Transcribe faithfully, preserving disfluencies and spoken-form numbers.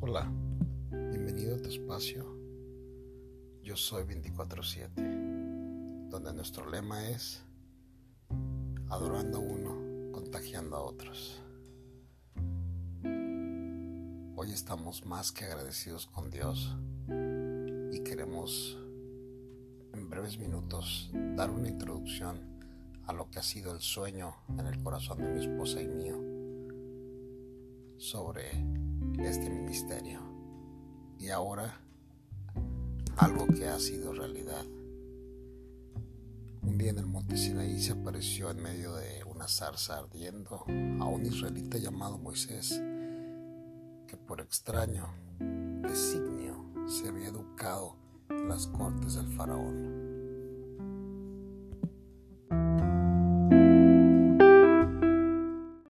Hola, bienvenido a tu espacio. Yo soy veinticuatro siete, donde nuestro lema es adorando a uno, contagiando a otros. Hoy estamos más que agradecidos con Dios y queremos en breves minutos dar una introducción a lo que ha sido el sueño en el corazón de mi esposa y mío sobre este ministerio, y ahora algo que ha sido realidad. Un día en el monte Sinaí se apareció en medio de una zarza ardiendo a un israelita llamado Moisés, que por extraño designio se había educado en las cortes del faraón.